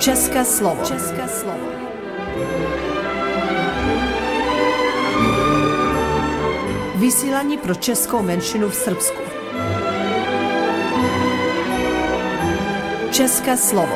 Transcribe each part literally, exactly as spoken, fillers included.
České slovo. České slovo. Vysílání pro českou menšinu v Srbsku. České slovo.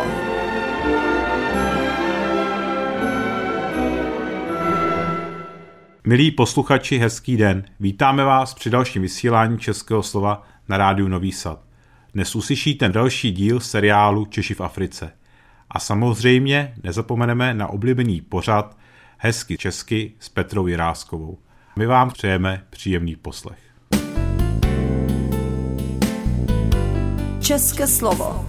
Milí posluchači, hezký den. Vítáme vás při dalším vysílání Českého slova na rádiu Nový Sad. Dnes uslyšíte další díl seriálu Češi v Africe. A samozřejmě nezapomeneme na oblíbený pořad Hezky česky s Petrou Jiráskovou. My vám přejeme příjemný poslech. České slovo.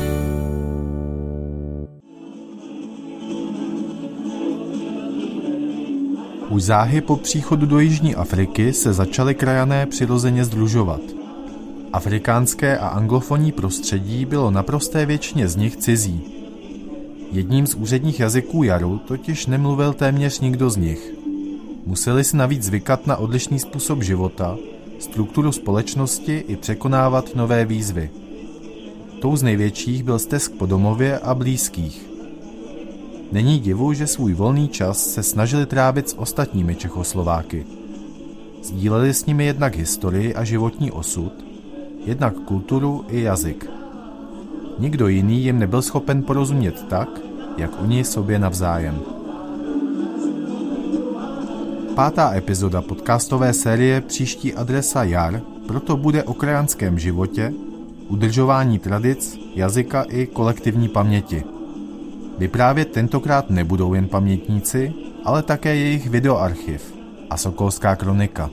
Už záhy po příchodu do Jižní Afriky se začaly krajané přirozeně sdružovat. Afrikánské a anglofonní prostředí bylo naprosté většině z nich cizí. Jedním z úředních jazyků jaru totiž nemluvil téměř nikdo z nich. Museli si navíc zvykat na odlišný způsob života, strukturu společnosti i překonávat nové výzvy. Tou z největších byl stesk po domově a blízkých. Není divu, že svůj volný čas se snažili trávit s ostatními Čechoslováky. Sdíleli s nimi jednak historii a životní osud, jednak kulturu i jazyk. Nikdo jiný jim nebyl schopen porozumět tak, jak oni sobě navzájem. Pátá epizoda podcastové série Příští adresa jar proto bude o krajanském životě, udržování tradic, jazyka i kolektivní paměti. Vyprávět tentokrát nebudou jen pamětníci, ale také jejich videoarchiv a Sokolská kronika.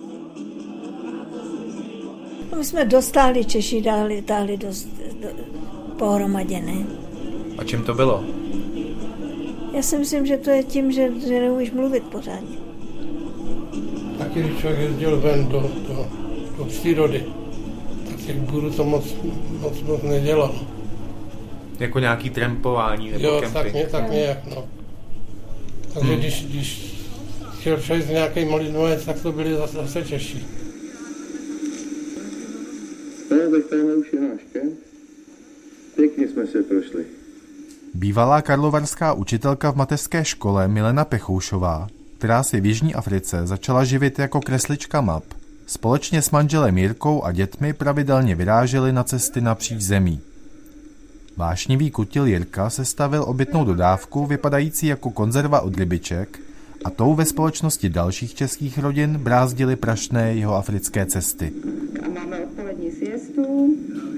My jsme dostali, Češi dali, dali dost, do, pohromadě, ne? A čím to bylo? Já si myslím, že to je tím, že, že neumíš mluvit pořádně. Taky když člověk jezdil ven do, do, do přírody, tak těch burů to moc, moc, moc nedělalo. Jako nějaký trampování nebo jo, kemping? Jo, tak, ně, tak nějak, no. Takže hmm. když, když chtěl člověk z nějaký malý dvojec, tak to byli zase, zase Češi. No, tak tamhle už je náš kemp. Pěkně jsme se prošli. Bývalá karlovarská učitelka v mateřské škole Milena Pechoušová, která si v Jižní Africe začala živit jako kreslička map, společně s manželem Jirkou a dětmi pravidelně vyráželi na cesty napříč zemí. Vášnivý kutil Jirka sestavil obytnou dodávku vypadající jako konzerva od rybiček a tou ve společnosti dalších českých rodin brázdili prašné jihoafrické cesty. A máme odpolední siestu.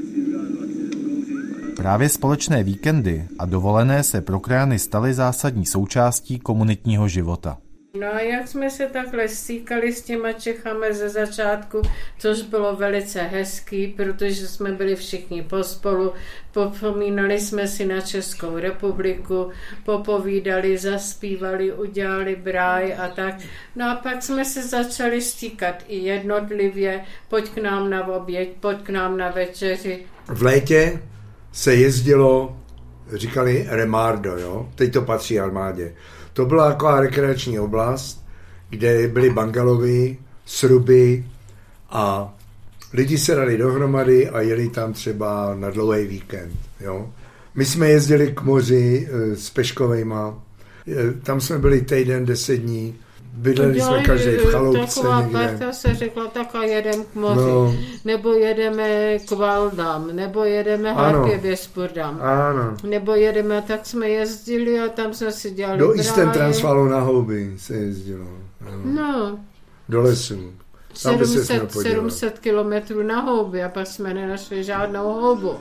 Právě společné víkendy a dovolené se pro krajany staly zásadní součástí komunitního života. No a jak jsme se takhle stýkali s těma Čechami ze začátku, což bylo velice hezký, protože jsme byli všichni pospolu, popomínali jsme si na Českou republiku, popovídali, zaspívali, udělali bráj a tak. No a pak jsme se začali stýkat i jednotlivě, pojď k nám na oběd, pojď k nám na večeři. V létě se jezdilo, říkali Remardo, jo? Teď to patří armádě. To byla taková rekreační oblast, kde byly bangalovy, sruby a lidi se dali dohromady a jeli tam třeba na dlouhý víkend. Jo? My jsme jezdili k moři e, s Peškovejma, e, tam jsme byli týden, deset dní, bydleli jsme každý v chaloupce taková někde. parta se řekla, tak a jedem k moři, no. Nebo jedeme k Valdam, nebo jedeme Harpěvěspurdam, nebo jedeme, tak jsme jezdili a tam jsme si dělali do bráje. Eastern Transvaalu na houby se jezdilo. No. no. Do lesů. sedm set kilometrů na houby a pak jsme nenašli žádnou houbu.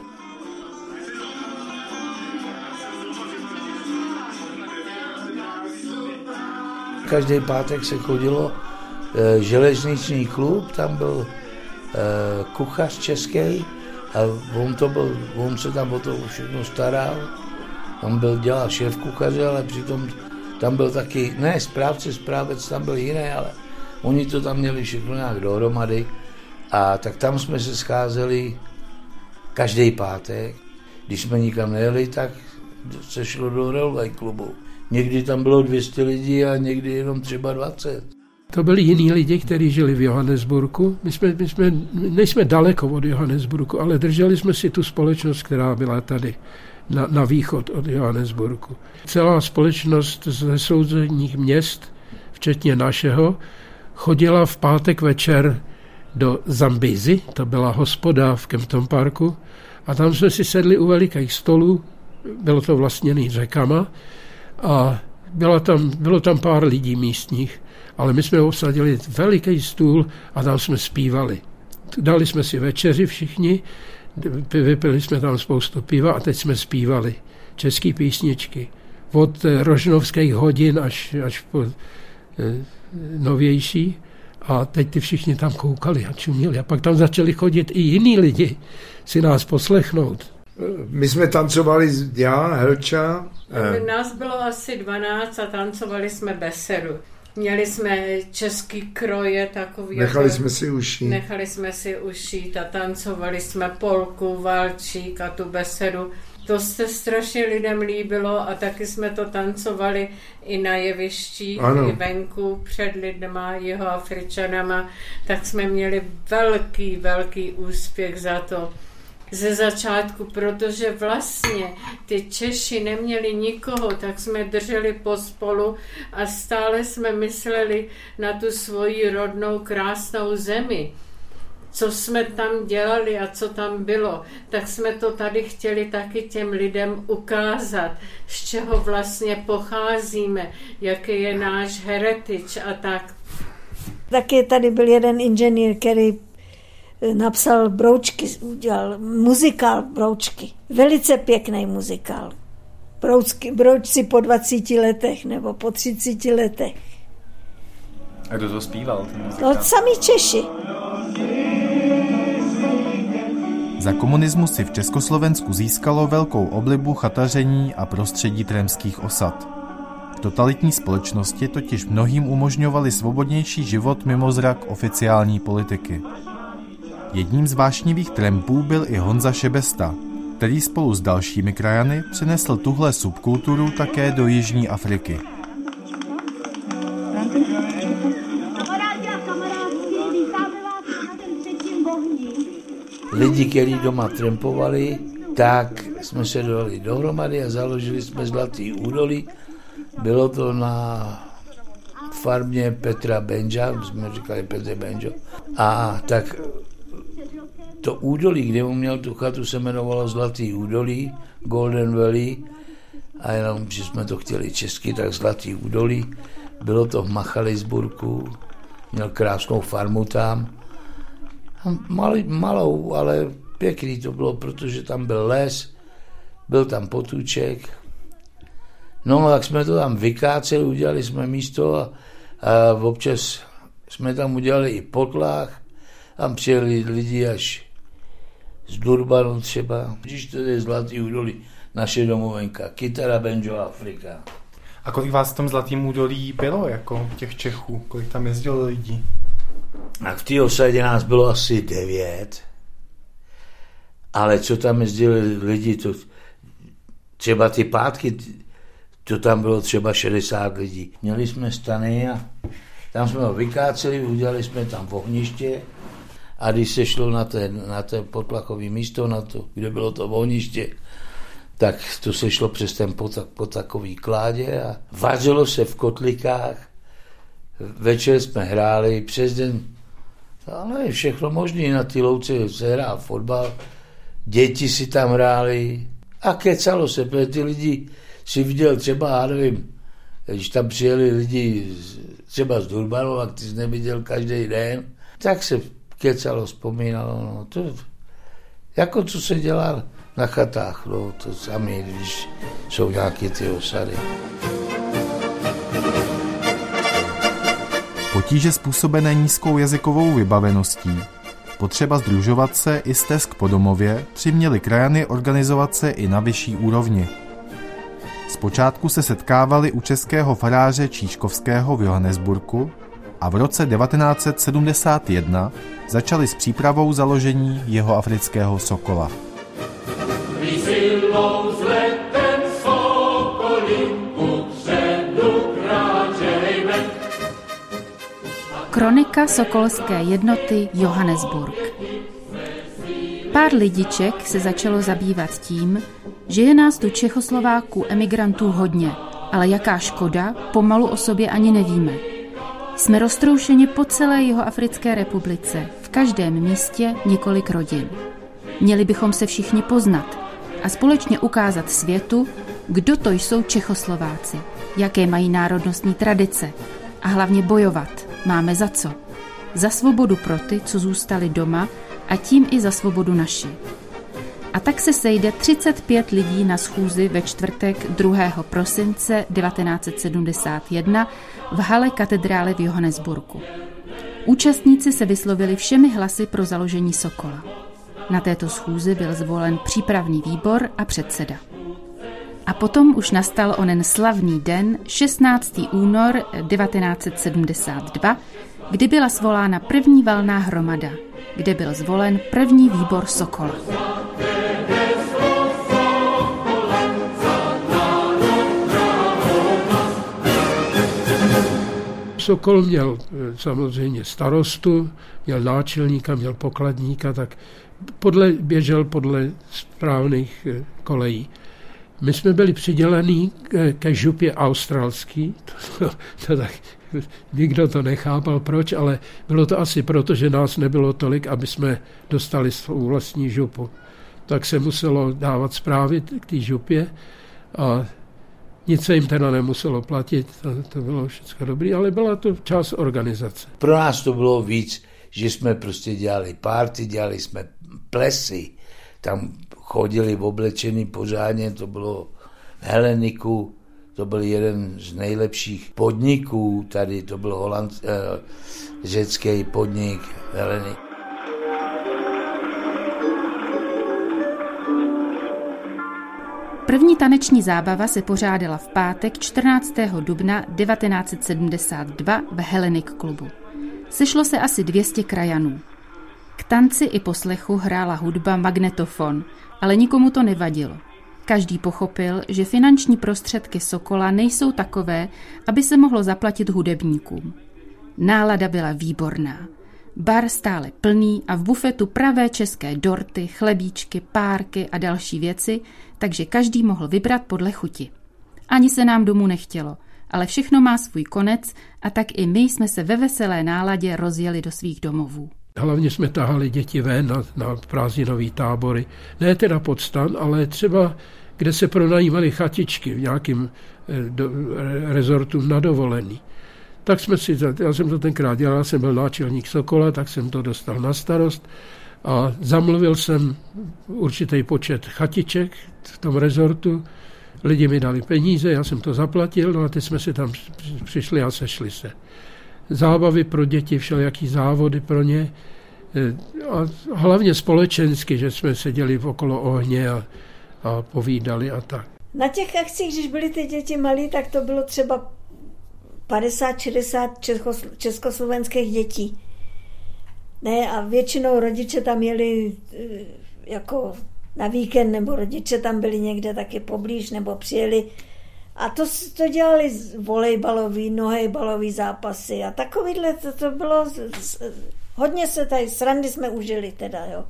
Každý pátek se chodilo e, železniční klub, tam byl e, kuchař český a on, to byl, on se tam o to všechno staral. On byl dělal šéf kuchaře, ale přitom tam byl taky, ne správce, správec tam byl jiný, ale oni to tam měli všechno nějak dohromady. A tak tam jsme se scházeli každý pátek. Když jsme nikam nejeli, tak se šlo do railway klubu. Někdy tam bylo dvě stě lidí a někdy jenom třeba dvacet. To byli jiní lidi, kteří žili v Johannesburgu. My jsme, my jsme nejsme daleko od Johannesburgu, ale drželi jsme si tu společnost, která byla tady. na, na východ od Johannesburgu. Celá společnost ze sousedních měst, včetně našeho, chodila v pátek večer do Zambizy, to byla hospoda v Kempton Parku, a tam jsme si sedli u velikých stolů, bylo to vlastněný řekama, a bylo tam, bylo tam pár lidí místních, ale my jsme obsadili veliký stůl a tam jsme zpívali. Dali jsme si večeři všichni, vypili jsme tam spoustu piva a teď jsme zpívali české písničky. Od rožnovských hodin až, až po eh, novější. A teď ty všichni tam koukali a čuměli. A pak tam začali chodit i jiní lidi si nás poslechnout. My jsme tancovali, já, Helča. Nás bylo asi dvanáct a tancovali jsme besedu. Měli jsme český kroje takový. Nechali jsme si ušít. Nechali jsme si ušít a tancovali jsme polku, valčík a tu besedu. To se strašně lidem líbilo a taky jsme to tancovali i na jevišti, i venku před lidma, Jihoafričanama. Tak jsme měli velký, velký úspěch za to ze začátku, protože vlastně ty Češi neměli nikoho, tak jsme drželi pospolu a stále jsme mysleli na tu svoji rodnou krásnou zemi. Co jsme tam dělali a co tam bylo, tak jsme to tady chtěli taky těm lidem ukázat, z čeho vlastně pocházíme, jaký je náš heritage a tak. Taky tady byl jeden inženýr, který napsal Broučky, udělal muzikál Broučky. Velice pěkný muzikál. Broučky, Broučci po dvaceti letech nebo po třiceti letech. A kdo to zpíval? No, sami Češi. Za komunismu si v Československu získalo velkou oblibu chataření a prostředí trémských osad. V totalitní společnosti totiž mnohým umožňovali svobodnější život mimo zrak oficiální politiky. Jedním z vášnivých trampů byl i Honza Šebesta, který spolu s dalšími krajany přinesl tuhle subkulturu také do Jižní Afriky. Lidi, kteří doma trampovali, tak jsme se dali dohromady a založili jsme Zlatý údolí. Bylo to na farmě Petra Benja, jsme říkali Petr Benjo. A tak to údolí, kde on měl tu chatu, se jmenovalo Zlatý údolí, Golden Valley, a jenom, že jsme to chtěli česky, tak Zlatý údolí. Bylo to v Machalisburku, měl krásnou farmu tam. Malý, malou, ale pěkný to bylo, protože tam byl les, byl tam potůček. No, tak jsme to tam vykáceli, udělali jsme místo a, a občas jsme tam udělali i potlách. Tam přijeli lidi až z Durbanu třeba. Když to je Zlatý údolí, naše domovenka, kytara, banjo, Afrika. A kolik vás v tom Zlatým údolí bylo, jako těch Čechů? Kolik tam jezdilo lidí? A v té osadě nás bylo asi devět, ale co tam jezdili lidi, to třeba ty pátky, to tam bylo třeba šedesát lidí. Měli jsme stany a tam jsme ho vykáceli, udělali jsme tam ohniště a když se šlo na ten, na ten potlachový místo, na to, kde bylo to ohniště, tak to se šlo přes ten potak, potakový kládě a vařilo se v kotlikách. Večer jsme hráli, přes den, ale všechno možné, na ty louce se hrál fotbal, děti si tam hráli a kecalo se, protože ty lidi si viděl třeba, já nevím, když tam přijeli lidi třeba z Durbanu a ty jsi neviděl každý den, tak se kecalo, vzpomínalo, no to, jako co se dělá na chatách, no to sami, když jsou nějaké ty osady. Potíže způsobené nízkou jazykovou vybaveností, potřeba sdružovat se i stesk po domově přiměly krajany organizovat se i na vyšší úrovni. Zpočátku se setkávali u českého faráře Čížkovského v Johannesburgu a v roce devatenáct set sedmdesát jedna začali s přípravou založení Jihoafrického Sokola. Kronika sokolské jednoty Johannesburg. Pár lidiček se začalo zabývat tím, že je nás tu Čechoslováků emigrantů hodně, ale jaká škoda, pomalu o sobě ani nevíme. Jsme roztroušeni po celé Jihoafrické republice, v každém místě několik rodin. Měli bychom se všichni poznat a společně ukázat světu, kdo to jsou Čechoslováci, jaké mají národnostní tradice a hlavně bojovat máme za co. Za svobodu pro ty, co zůstali doma a tím i za svobodu naši. A tak se sejde třicet pět lidí na schůzi ve čtvrtek druhého prosince devatenáct set sedmdesát jedna v hale katedrály v Johannesburgu. Účastníci se vyslovili všemi hlasy pro založení Sokola. Na této schůzi byl zvolen přípravný výbor a předseda. A potom už nastal onen slavný den šestnáctého února devatenáct set sedmdesát dva, kdy byla svolána první valná hromada, kde byl zvolen první výbor Sokola. Sokol měl samozřejmě starostu, měl náčelníka, měl pokladníka, tak podle, běžel podle správných kolejí. My jsme byli přidělení ke, ke župě australský, to, to, to tak, nikdo to nechápal proč, ale bylo to asi proto, že nás nebylo tolik, aby jsme dostali svou vlastní župu. Tak se muselo dávat zprávy k té župě a nic se jim teda nemuselo platit, to, to bylo všechno dobré, ale byla to část organizace. Pro nás to bylo víc, že jsme prostě dělali party, dělali jsme plesy, tam chodili oblečení pořádně, to bylo v Heleniku, to byl jeden z nejlepších podniků, tady to byl holand, eh, řecký podnik Helenik. První taneční zábava se pořádala v pátek čtrnáctého dubna devatenáct set sedmdesát dva v Hellenic klubu. Sešlo se asi dvě stě krajanů. K tanci i poslechu hrála hudba magnetofon, ale nikomu to nevadilo. Každý pochopil, že finanční prostředky Sokola nejsou takové, aby se mohlo zaplatit hudebníkům. Nálada byla výborná. Bar stále plný a v bufetu pravé české dorty, chlebíčky, párky a další věci, takže každý mohl vybrat podle chuti. Ani se nám domů nechtělo, ale všechno má svůj konec a tak i my jsme se ve veselé náladě rozjeli do svých domovů. Hlavně jsme tahali děti ven na, na prázdninové tábory. Ne teda pod stan, ale třeba, kde se pronajímaly chatičky v nějakém do, rezortu na dovolený. Tak jsme si, já jsem to tenkrát dělal, já jsem byl náčelník Sokola, tak jsem to dostal na starost a zamluvil jsem určitý počet chatiček v tom rezortu. Lidi mi dali peníze, já jsem to zaplatil, no a teď jsme si tam přišli a sešli se. Zábavy pro děti, všelijaký závody pro ně a hlavně společensky, že jsme seděli okolo ohně a, a povídali a tak. Na těch akcích, když byly ty děti malí, tak to bylo třeba padesát šedesát československých dětí. Ne, a většinou rodiče tam jeli jako na víkend, nebo rodiče tam byli někde taky poblíž, nebo přijeli. A to, to dělali volejbalový, nohejbalový zápasy a takovýhle, to, to bylo, hodně se tady, srandy jsme užili teda, jo.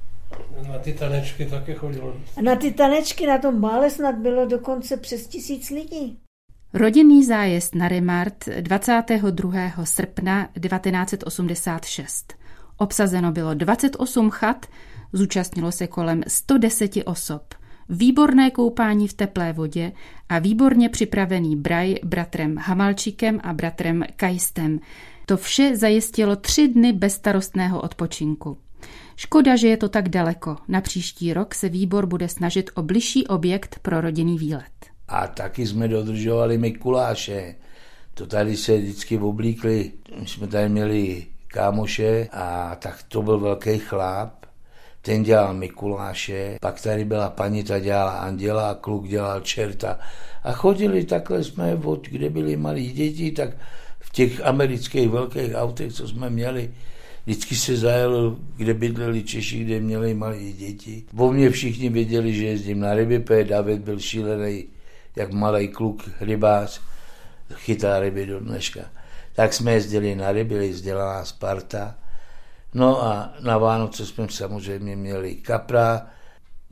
Na ty tanečky taky chodilo. A na ty tanečky na tom bále snad bylo dokonce přes tisíc lidí. Rodinný zájezd na Remart dvacátého druhého srpna devatenáct set osmdesát šest. Obsazeno bylo dvacet osm chat, zúčastnilo se kolem sto deset osob. Výborné koupání v teplé vodě a výborně připravený braj bratrem Hamalčíkem a bratrem Kajstem. To vše zajistilo tři dny bezstarostného odpočinku. Škoda, že je to tak daleko. Na příští rok se výbor bude snažit o bližší objekt pro rodinný výlet. A taky jsme dodržovali Mikuláše. To tady se vždycky oblíkli. My jsme tady měli kámoše a tak to byl velký chlap. Ten dělal Mikuláše, pak tady byla paní, ta dělala anděla a kluk dělal čerta. A chodili takhle jsme, od kde byli malí děti, tak v těch amerických velkých autech, co jsme měli, vždycky se zajelo, kde bydleli Češi, kde měli malí děti. O mě všichni věděli, že jezdím na ryby, protože David byl šílený, jak malý kluk, rybář, chytá ryby do dneška. Tak jsme jezdili na ryby, jezdila nás parta. No a na Vánoce jsme samozřejmě měli kapra.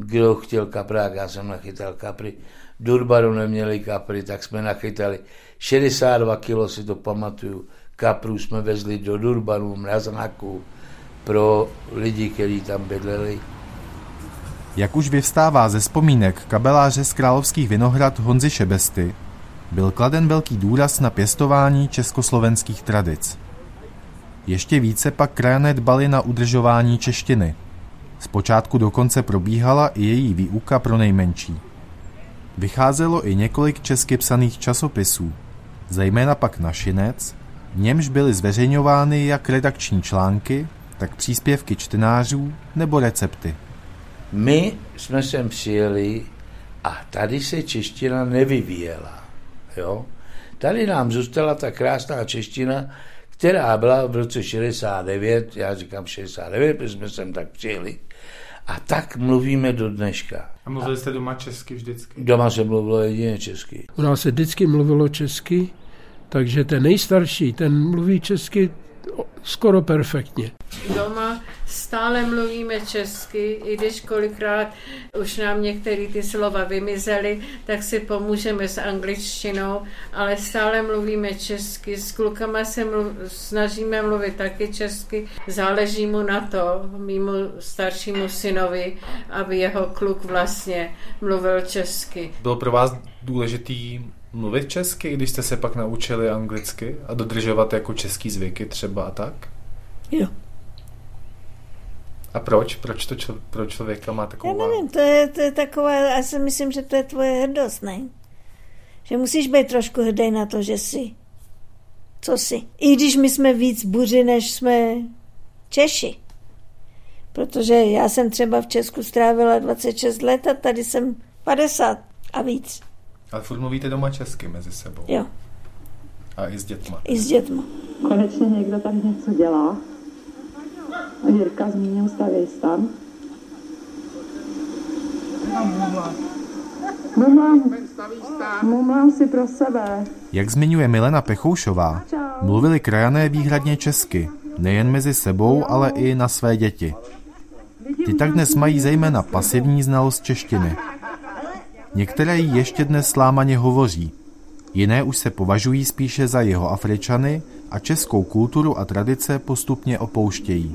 kdo chtěl kaprák, já jsem nachytal kapry. V Durbanu neměli kapry, tak jsme nachytali šedesát dva kilo, si to pamatuju, kaprů jsme vezli do Durbanu, mrazáků, pro lidi, kteří tam bydleli. Jak už vyvstává ze vzpomínek kabeláře z Královských Vinohrad Honzy Šebesty, byl kladen velký důraz na pěstování československých tradic. Ještě více pak krajané dbali na udržování češtiny. Zpočátku dokonce probíhala i její výuka pro nejmenší. Vycházelo i několik česky psaných časopisů, zejména pak Našinec, v němž byly zveřejňovány jak redakční články, tak příspěvky čtenářů nebo recepty. My jsme sem přijeli a tady se čeština nevyvíjela. Jo? Tady nám zůstala ta krásná čeština, která byla v roce šedesát devět, já říkám šedesát devět, protože jsme sem tak přijeli. A tak mluvíme do dneška. A mluvili jste doma česky vždycky? Doma se mluvilo jedině česky. U nás se vždycky mluvilo česky, takže ten nejstarší, ten mluví česky skoro perfektně. Doma stále mluvíme česky, i když kolikrát už nám některé ty slova vymizely, tak si pomůžeme s angličtinou, ale stále mluvíme česky. S klukama se mluv, snažíme mluvit taky česky. Záleží mu na to, mému staršímu synovi, aby jeho kluk vlastně mluvil česky. Bylo pro vás důležitý mluvit česky, když jste se pak naučili anglicky a dodržovat jako český zvyky třeba a tak? Jo. A proč? Proč to člo, pro člověka má takovou... Já nevím, to je, to je taková, já si myslím, že to je tvoje hrdost, ne? Že musíš být trošku hrdý na to, že jsi. Co jsi? I když my jsme víc buři, než jsme Češi. Protože já jsem třeba v Česku strávila dvacet šest let a tady jsem padesát a víc. Ale furt mluvíte doma česky mezi sebou. Jo. A i s dětma. I s dětma. Konečně někdo tak něco dělá. A Jirka zmínil stavěj stan. Mumlám, mumlám si pro sebe. Jak zmiňuje Milena Pechoušová, mluvili krajané výhradně česky, nejen mezi sebou, ale i na své děti. Ty tak dnes mají zejména pasivní znalost češtiny. Některé jí ještě dnes slámaně hovoří, jiné už se považují spíše za Jihoafričany a českou kulturu a tradice postupně opouštějí.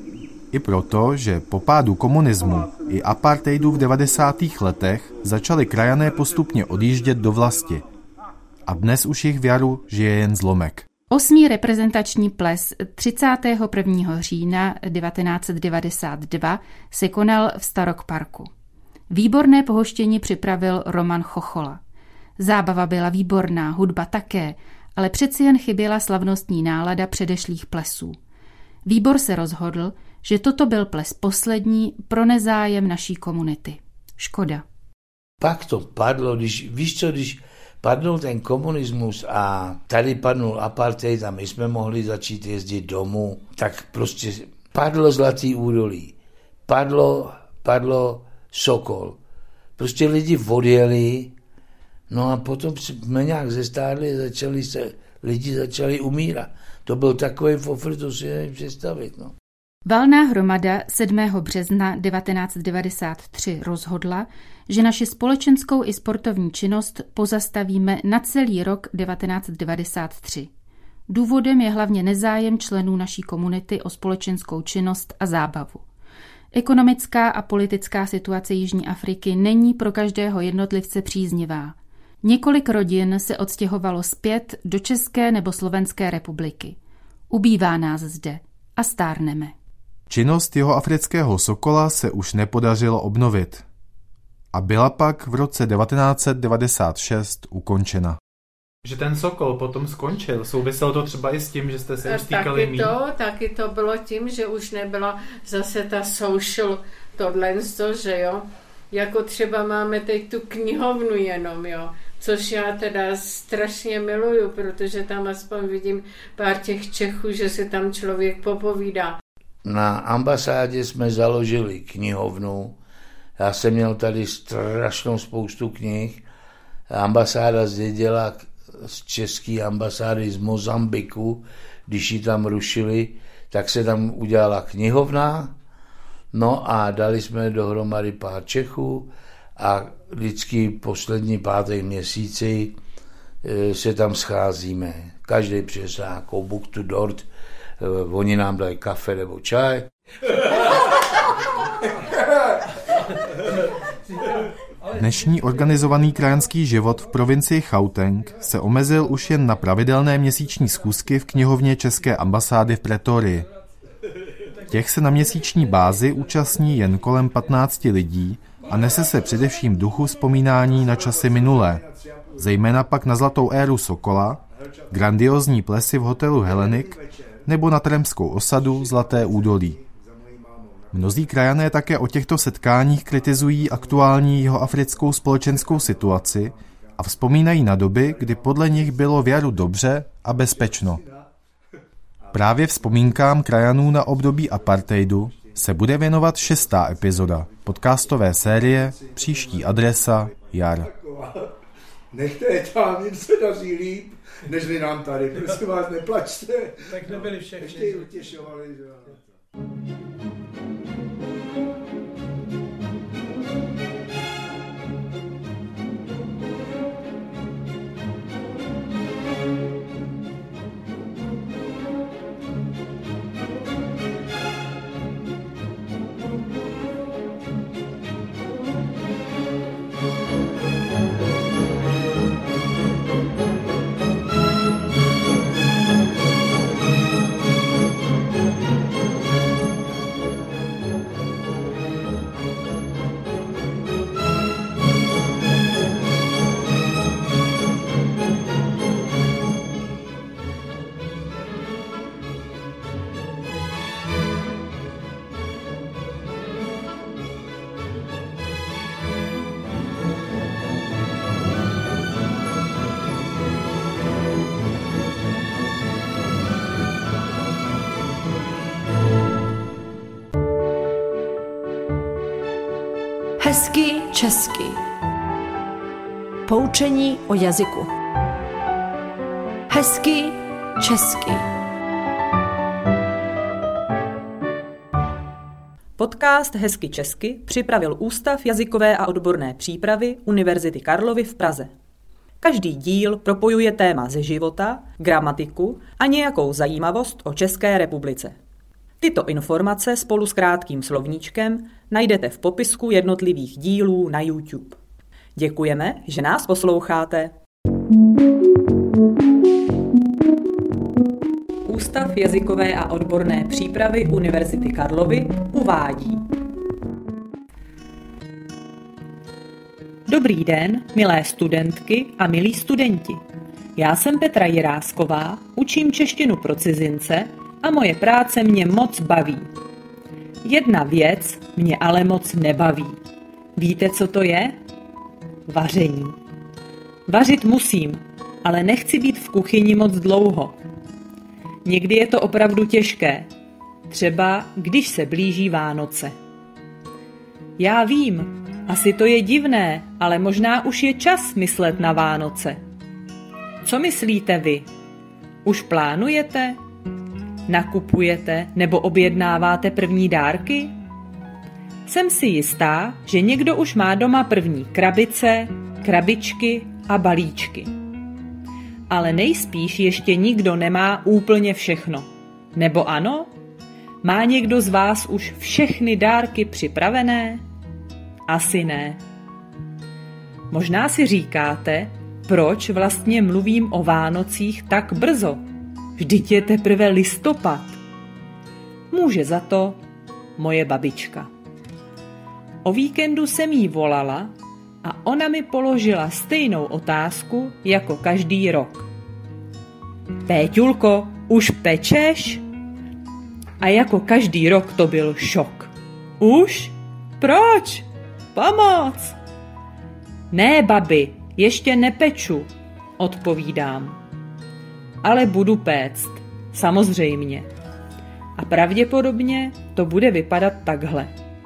I proto, že po pádu komunismu i apartheidu v devadesátých letech začaly krajané postupně odjíždět do vlasti. A dnes už jich v jaru žije jen zlomek. Osmý reprezentační ples třicátého prvního října devatenáct set devadesát dva se konal v Starok parku. Výborné pohoštění připravil Roman Chochola. Zábava byla výborná, hudba také, ale přeci jen chyběla slavnostní nálada předešlých plesů. Výbor se rozhodl, že toto byl ples poslední pro nezájem naší komunity. Škoda. Pak to padlo, když, víš co, když padnul ten komunismus a tady padnul apartheid a my jsme mohli začít jezdit domů, tak prostě padlo Zlatý údolí, padlo, padlo Sokol. Prostě lidi odjeli, no a potom jsme nějak zestárli, začali se, lidi začali umírat. To byl takový fofr, to si nevím představit, no. Valná hromada sedmého března devatenáct set devadesát tři rozhodla, že naši společenskou i sportovní činnost pozastavíme na celý rok devatenáct set devadesát tři. Důvodem je hlavně nezájem členů naší komunity o společenskou činnost a zábavu. Ekonomická a politická situace Jižní Afriky není pro každého jednotlivce příznivá. Několik rodin se odstěhovalo zpět do České nebo Slovenské republiky. Ubývá nás zde a stárneme. Činnost Jihoafrického Sokola se už nepodařilo obnovit a byla pak v roce devatenáct set devadesát šest ukončena. Že ten Sokol potom skončil, souviselo to třeba i s tím, že jste se už týkali taky to, taky to bylo tím, že už nebyla zase ta social tohle, že jo, jako třeba máme teď tu knihovnu jenom, jo, což já teda strašně miluju, protože tam aspoň vidím pár těch Čechů, že si tam člověk popovídá. Na ambasádě jsme založili knihovnu, já jsem měl tady strašnou spoustu knih, ambasáda zdědila z české ambasády z Mozambiku, když ji tam rušili, tak se tam udělala knihovna, No a dali jsme dohromady pár Čechů a vždycky poslední pátek měsíci se tam scházíme. Každý přijde nějakou buktu dort, oni nám dají kafe nebo čaj. Dnešní organizovaný krajanský život v provincii Gauteng se omezil už jen na pravidelné měsíční schůzky v knihovně České ambasády v Pretorii. Těch se na měsíční bázi účastní jen kolem patnácti lidí a nese se především duchu vzpomínání na časy minulé, zejména pak na zlatou éru Sokola, grandiozní plesy v hotelu Helenik nebo na tremskou osadu Zlaté údolí. Mnozí krajané také o těchto setkáních kritizují aktuální jihoafrickou společenskou situaci a vzpomínají na doby, kdy podle nich bylo v jaru dobře a bezpečno. Právě vzpomínkám krajanů na období apartheidu se bude věnovat šestá epizoda podcastové série Příští adresa Jar. Nechte je tam, jim se daří líp, nežli nám tady. Prosím vás, neplačte. Tak nebyli všechny. Ještě ji utěšovali. Že... Hezky česky. Poučení o jazyku. Hezky česky. Podcast Hezky česky připravil Ústav jazykové a odborné přípravy Univerzity Karlovy v Praze. Každý díl propojuje téma ze života, gramatiku a nějakou zajímavost o České republice. Tyto informace spolu s krátkým slovníčkem najdete v popisku jednotlivých dílů na YouTube. Děkujeme, že nás posloucháte. Ústav jazykové a odborné přípravy Univerzity Karlovy uvádí. Dobrý den, milé studentky a milí studenti. Já jsem Petra Jirásková, učím češtinu pro cizince a moje práce mě moc baví. Jedna věc mě ale moc nebaví. Víte, co to je? Vaření. Vařit musím, ale nechci být v kuchyni moc dlouho. Někdy je to opravdu těžké, třeba když se blíží Vánoce. Já vím, asi to je divné, ale možná už je čas myslet na Vánoce. Co myslíte vy? Už plánujete? Nakupujete nebo objednáváte první dárky? Jsem si jistá, že někdo už má doma první krabice, krabičky a balíčky. Ale nejspíš ještě nikdo nemá úplně všechno. Nebo ano? Má někdo z vás už všechny dárky připravené? Asi ne. Možná si říkáte, proč vlastně mluvím o Vánocích tak brzo? Vždyť je teprve listopad. Může za to moje babička. O víkendu jsem jí volala a ona mi položila stejnou otázku jako každý rok. Péťulko, už pečeš? A jako každý rok to byl šok. Už? Proč? Pomoc! Ne, babi, ještě nepeču, odpovídám. Ale budu péct, samozřejmě. A pravděpodobně to bude vypadat takhle.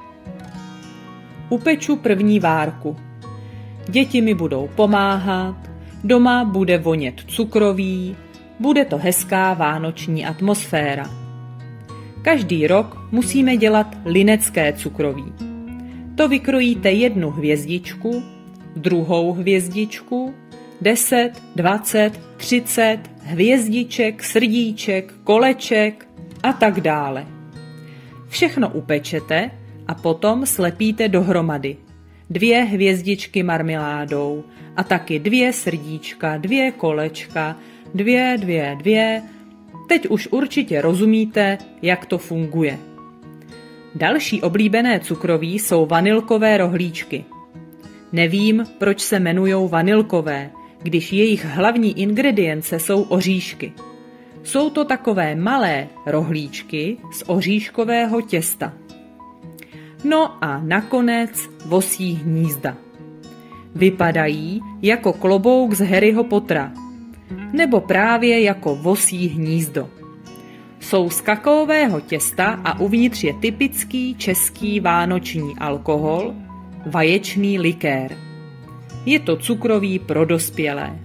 Upeču první várku. Děti mi budou pomáhat, doma bude vonět cukroví, bude to hezká vánoční atmosféra. Každý rok musíme dělat linecké cukroví. To vykrojíte jednu hvězdičku, druhou hvězdičku, deset, dvacet, třicet hvězdiček, srdíček, koleček a tak dále. Všechno upečete a potom slepíte dohromady. Dvě hvězdičky marmeládou a taky dvě srdíčka, dvě kolečka, dvě, dvě, dvě. Teď už určitě rozumíte, jak to funguje. Další oblíbené cukroví jsou vanilkové rohlíčky. Nevím, proč se jmenujou vanilkové, když jejich hlavní ingredience jsou oříšky. Jsou to takové malé rohlíčky z oříškového těsta. No a nakonec vosí hnízda. Vypadají jako klobouk z Harryho Pottera, nebo právě jako vosí hnízdo. Jsou z kakaového těsta a uvnitř je typický český vánoční alkohol, vaječný likér. Je to cukroví pro dospělé.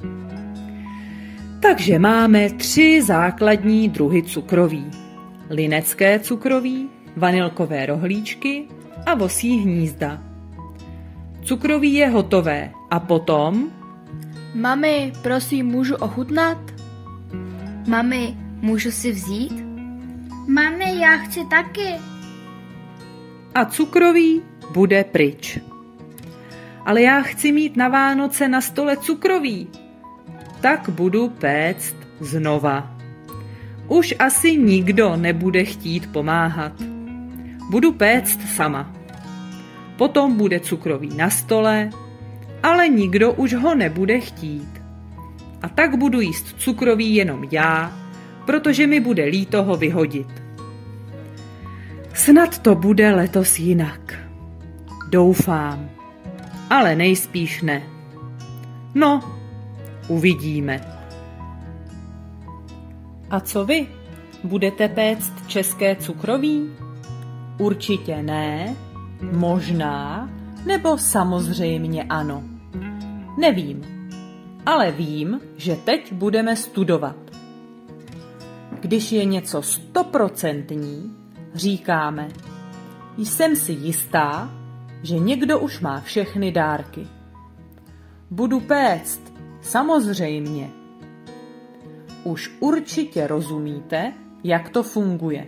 Takže máme tři základní druhy cukroví. Linecké cukroví, vanilkové rohlíčky a vosí hnízda. Cukroví je hotové a potom... Mami, prosím, můžu ochutnat? Mami, můžu si vzít? Mami, já chci taky. A cukroví bude pryč. Ale já chci mít na Vánoce na stole cukroví. Tak budu péct znova. Už asi nikdo nebude chtít pomáhat. Budu péct sama. Potom bude cukroví na stole, ale nikdo už ho nebude chtít. A tak budu jíst cukroví jenom já, protože mi bude líto ho vyhodit. Snad to bude letos jinak. Doufám. Ale nejspíš ne. No, uvidíme. A co vy? Budete péct české cukroví? Určitě ne, možná, nebo samozřejmě ano. Nevím, ale vím, že teď budeme studovat. Když je něco stoprocentní, říkáme, jsem si jistá, že někdo už má všechny dárky. Budu péct, samozřejmě. Už určitě rozumíte, jak to funguje.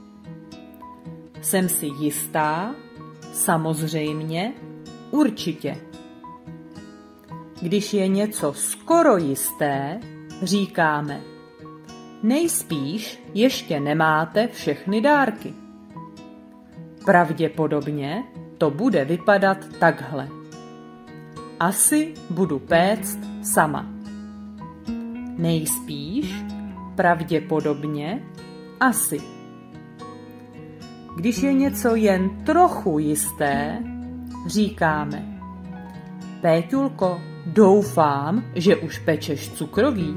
Jsem si jistá, samozřejmě, určitě. Když je něco skoro jisté, říkáme, nejspíš ještě nemáte všechny dárky. Pravděpodobně to bude vypadat takhle. Asi budu péct sama. Nejspíš, pravděpodobně, asi. Když je něco jen trochu jisté, říkáme, Péťulko, doufám, že už pečeš cukroví.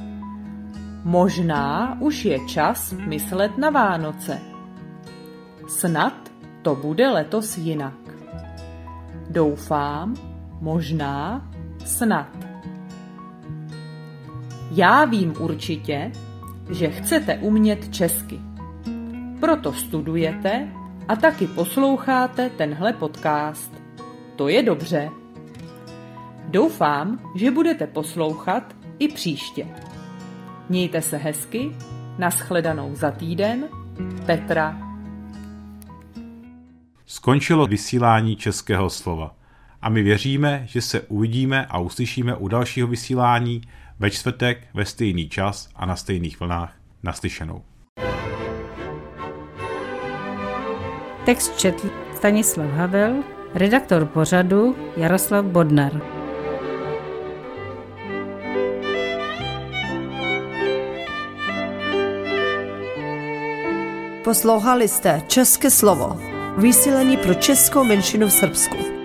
Možná už je čas myslet na Vánoce. Snad to bude letos jinak. Doufám, možná, snad. Já vím určitě, že chcete umět česky. Proto studujete a taky posloucháte tenhle podcast. To je dobře. Doufám, že budete poslouchat i příště. Mějte se hezky, nashledanou za týden, Petra. Skončilo vysílání Českého slova a my věříme, že se uvidíme a uslyšíme u dalšího vysílání ve čtvrtek ve stejný čas a na stejných vlnách. Naslyšenou. Text četl Stanislav Havel, redaktor pořadu Jaroslav Bodnar. Poslouchali jste České slovo, vysílání pro českou menšinu v Srbsku.